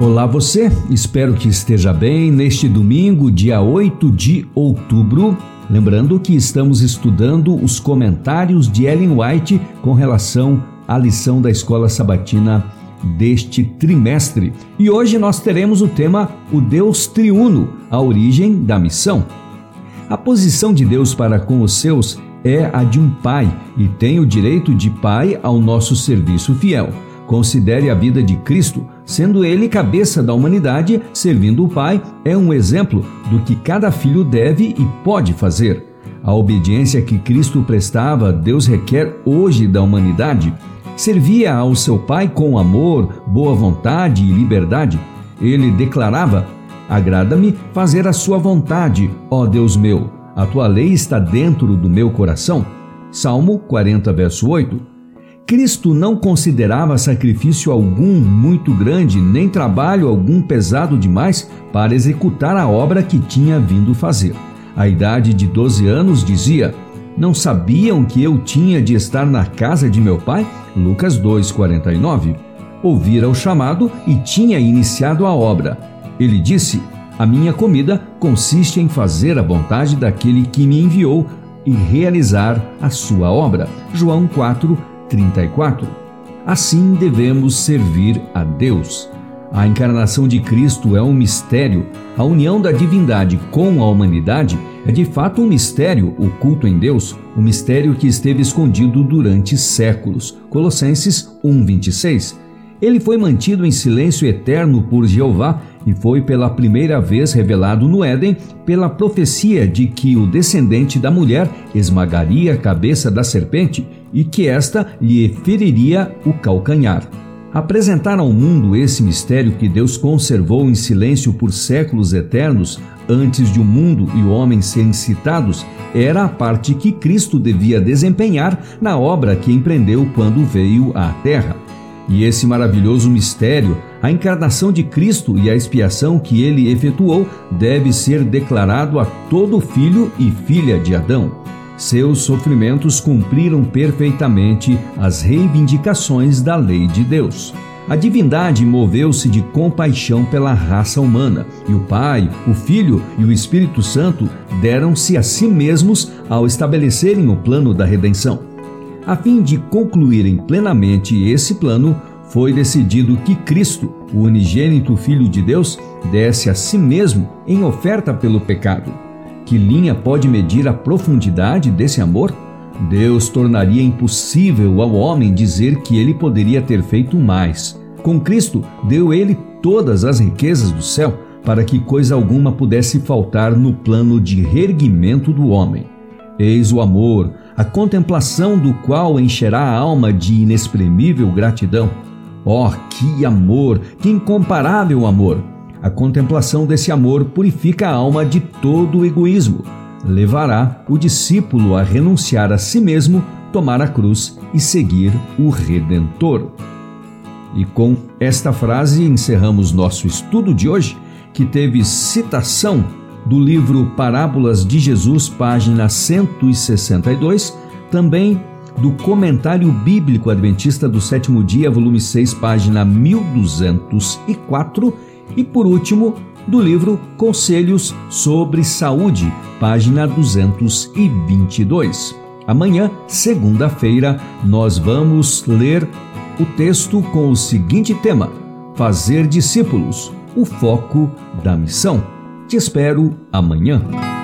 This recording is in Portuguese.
Olá você, espero que esteja bem neste domingo, dia 8 de outubro. Lembrando que estamos estudando os comentários de Ellen White com relação à lição da Escola Sabatina deste trimestre. E hoje nós teremos o tema O Deus Triuno, a origem da missão. A posição de Deus para com os seus é a de um pai e tem o direito de pai ao nosso serviço fiel. Considere a vida de Cristo, sendo ele cabeça da humanidade, servindo o Pai, é um exemplo do que cada filho deve e pode fazer. A obediência que Cristo prestava, Deus requer hoje da humanidade. Servia ao seu Pai com amor, boa vontade e liberdade. Ele declarava: agrada-me fazer a sua vontade, ó Deus meu. A tua lei está dentro do meu coração. Salmo 40, verso 8. Cristo não considerava sacrifício algum muito grande, nem trabalho algum pesado demais para executar a obra que tinha vindo fazer. À idade de 12 anos dizia: não sabiam que eu tinha de estar na casa de meu pai? Lucas 2:49. Ouvira o chamado e tinha iniciado a obra. Ele disse: a minha comida consiste em fazer a vontade daquele que me enviou e realizar a sua obra. João 4:34. Assim devemos servir a Deus. A encarnação de Cristo é um mistério. A união da divindade com a humanidade é de fato um mistério oculto em Deus, um mistério que esteve escondido durante séculos. Colossenses 1:26. Ele foi mantido em silêncio eterno por Jeová e foi pela primeira vez revelado no Éden pela profecia de que o descendente da mulher esmagaria a cabeça da serpente e que esta lhe feriria o calcanhar. Apresentar ao mundo esse mistério que Deus conservou em silêncio por séculos eternos, antes de o mundo e o homem serem citados, era a parte que Cristo devia desempenhar na obra que empreendeu quando veio à Terra. E esse maravilhoso mistério, a encarnação de Cristo e a expiação que ele efetuou, deve ser declarado a todo filho e filha de Adão. Seus sofrimentos cumpriram perfeitamente as reivindicações da lei de Deus. A divindade moveu-se de compaixão pela raça humana, e o Pai, o Filho e o Espírito Santo deram-se a si mesmos ao estabelecerem o plano da redenção. A fim de concluírem plenamente esse plano, foi decidido que Cristo, o unigênito Filho de Deus, desse a si mesmo em oferta pelo pecado. Que linha pode medir a profundidade desse amor? Deus tornaria impossível ao homem dizer que ele poderia ter feito mais. Com Cristo, deu ele todas as riquezas do céu, para que coisa alguma pudesse faltar no plano de reerguimento do homem. Eis o amor, a contemplação do qual encherá a alma de inexprimível gratidão. Oh, que amor, que incomparável amor! A contemplação desse amor purifica a alma de todo o egoísmo. Levará o discípulo a renunciar a si mesmo, tomar a cruz e seguir o Redentor. E com esta frase encerramos nosso estudo de hoje, que teve citação do livro Parábolas de Jesus, página 162, também do Comentário Bíblico Adventista do Sétimo Dia, volume 6, página 1204, e por último, do livro Conselhos sobre Saúde, página 222. Amanhã, segunda-feira, nós vamos ler o texto com o seguinte tema: Fazer discípulos, o foco da missão. Te espero amanhã.